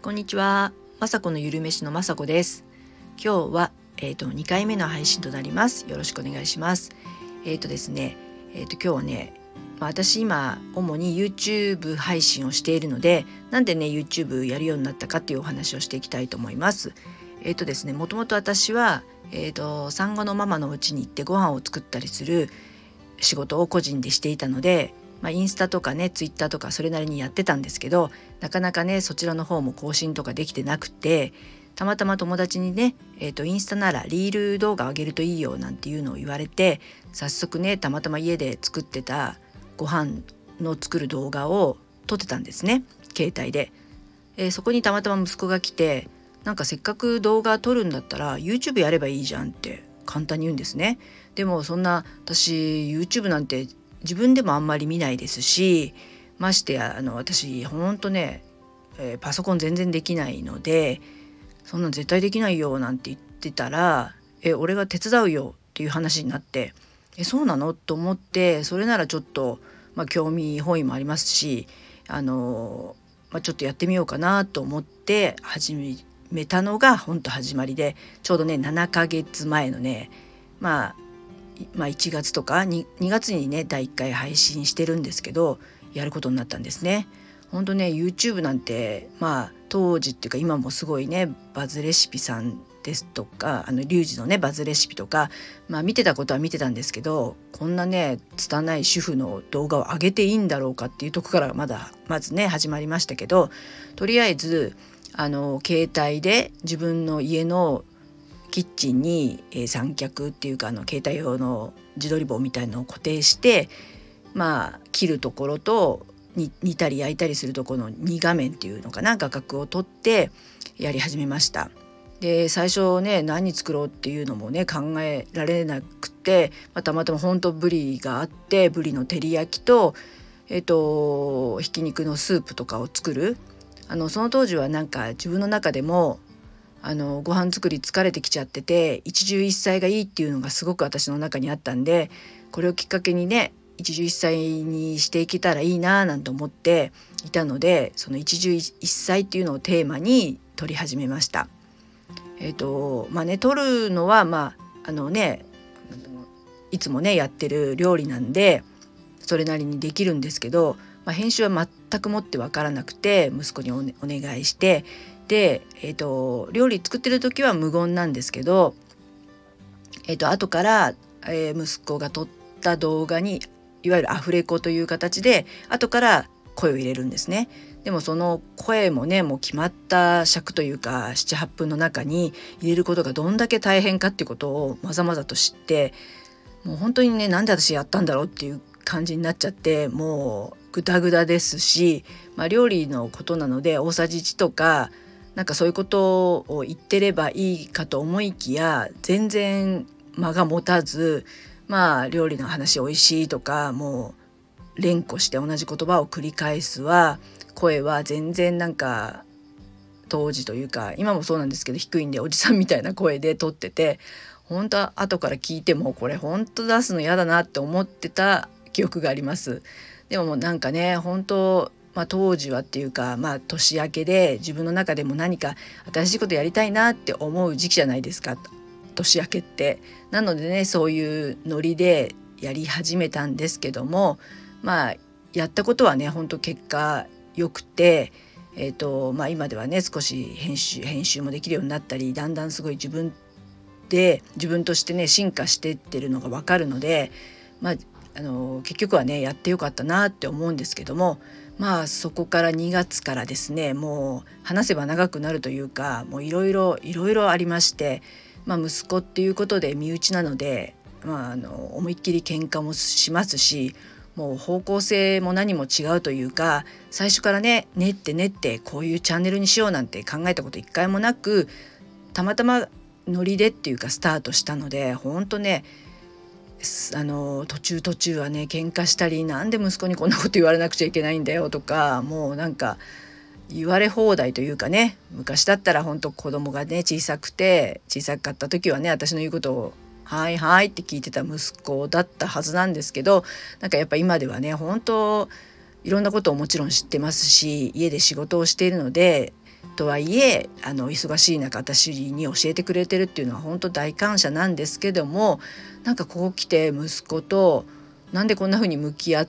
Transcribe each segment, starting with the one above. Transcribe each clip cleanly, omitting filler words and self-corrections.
こんにちは。まさこのゆるめしのまさこです。今日は、2回目の配信となります。よろしくお願いします。ですね、今日はね、私今主に YouTube 配信をしているので、なんでね YouTube やるようになったかっていうお話をしていきたいと思います。ですね、もともと私は、産後のママのうちに行ってご飯を作ったりする仕事を個人でしていたので、インスタとかねツイッターとかそれなりにやってたんですけど、なかなかねそちらの方も更新とかできてなくて、たまたま友達にね、インスタならリール動画上げるといいよなんていうのを言われて、早速ねたまたま家で作ってたご飯の作る動画を撮ってたんですね、携帯で。そこにたまたま息子が来て、なんかせっかく動画撮るんだったら YouTube やればいいじゃんって簡単に言うんですね。でもそんな私 YouTube なんて自分でもあんまり見ないですし、ましてや私ほんとね、パソコン全然できないので、そんなん絶対できないよなんて言ってたら、俺が手伝うよっていう話になって、そうなのと思って、それならちょっと、興味本位もありますし、ちょっとやってみようかなと思って始めたのが本当始まりで、ちょうどね7ヶ月前のね、1月とか 2月にね第1回配信してるんですけど、やることになったんですね。本当ね YouTube なんて当時っていうか今もすごいね、バズレシピさんですとかリュウジのねバズレシピとか、見てたことは見てたんですけど、こんなね拙い主婦の動画を上げていいんだろうかっていうとこからまずね始まりましたけど、とりあえず携帯で自分の家のキッチンに、三脚っていうか携帯用の自撮り棒みたいのを固定して、切るところと煮たり焼いたりするところの2画面っていうのかな、画角を取ってやり始めました。で最初ね何作ろうっていうのもね考えられなくて、たまたま本当ブリがあって、ブリの照り焼きとひき肉のスープとかを作る。その当時はなんか自分の中でもご飯作り疲れてきちゃってて、一汁一菜がいいっていうのがすごく私の中にあったんで、これをきっかけにね一汁一菜にしていけたらいいななんて思っていたので、その一汁一菜っていうのをテーマに撮り始めました。撮るのはいつもねやってる料理なんでそれなりにできるんですけど、編集は全くもって分からなくて息子にお願いして、で、料理作ってる時は無言なんですけど、後から、息子が撮った動画にいわゆるアフレコという形で後から声を入れるんですね。でもその声もねもう決まった尺というか 7,8 分の中に入れることがどんだけ大変かっていうことをまざまざと知って、もう本当にねなんで私やったんだろうっていう感じになっちゃって、もうグダグダですし、料理のことなので大さじ1とかなんかそういうことを言ってればいいかと思いきや、全然間が持たず、料理の話おいしいとかもう連呼して同じ言葉を繰り返すわ、声は全然なんか当時というか今もそうなんですけど低いんでおじさんみたいな声で撮ってて、本当は後から聞いてもこれ本当出すの嫌だなって思ってた記憶があります。でももうなんかね本当当時はっていうか、年明けで自分の中でも何か新しいことやりたいなって思う時期じゃないですか、年明けって。なのでねそういうノリでやり始めたんですけども、やったことはね本当結果良くて、今ではね少し編集もできるようになったり、だんだんすごい自分としてね進化してってるのが分かるので、結局はねやってよかったなって思うんですけども、そこから2月からですね、もう話せば長くなるというか、もういろいろありまして、息子っていうことで身内なので、思いっきり喧嘩もしますし、もう方向性も何も違うというか、最初からね練ってこういうチャンネルにしようなんて考えたこと一回もなく、たまたまノリでっていうかスタートしたので、本当ね途中はね喧嘩したり、なんで息子にこんなこと言われなくちゃいけないんだよとか、もうなんか言われ放題というかね、昔だったら本当子供がね小さかった時はね私の言うことをはいはいって聞いてた息子だったはずなんですけど、なんかやっぱ今ではね本当いろんなことをもちろん知ってますし、家で仕事をしているのでとはいえ忙しい中私に教えてくれてるっていうのは本当大感謝なんですけども、なんかここ来て息子となんでこんな風に向き合って、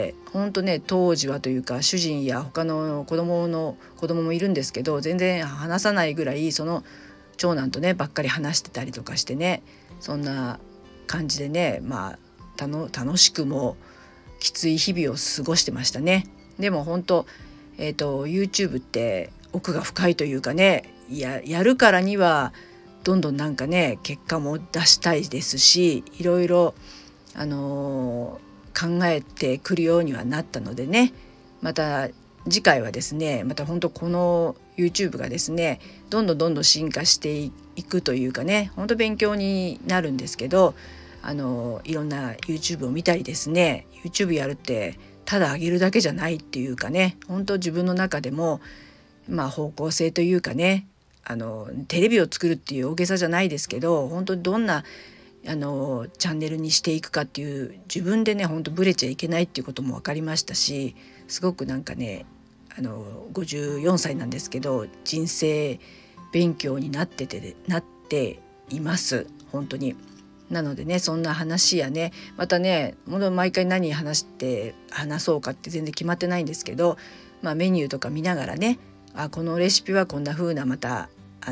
本当ね当時はというか主人や他の子供もいるんですけど、全然話さないぐらいその長男とねばっかり話してたりとかしてね、そんな感じでね、楽しくもきつい日々を過ごしてましたね。でも本当、YouTube って奥が深いというかね、やるからにはどんどんなんかね結果も出したいですし、いろいろ考えてくるようにはなったのでね、また次回はですね、また本当この YouTube がですねどんどん進化していくというかね、本当勉強になるんですけど、いろんな YouTube を見たりですね、 YouTube やるってただ上げるだけじゃないっていうかね、本当自分の中でも方向性というかね、テレビを作るっていう大げさじゃないですけど、本当にどんなチャンネルにしていくかっていう、自分でね本当ブレちゃいけないっていうことも分かりましたし、すごくなんかね54歳なんですけど人生勉強になっています本当に。なのでね、そんな話やね、またね毎回何話そうかって全然決まってないんですけど、メニューとか見ながらね、このレシピはこんな風なまた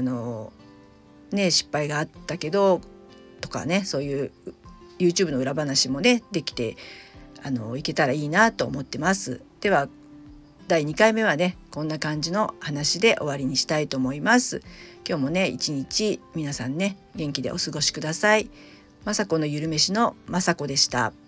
失敗があったけどとかね、そういう YouTube の裏話もねできていけたらいいなと思ってます。では第2回目はねこんな感じの話で終わりにしたいと思います。今日もね一日皆さんね元気でお過ごしください。まさこのゆるめしのまさこでした。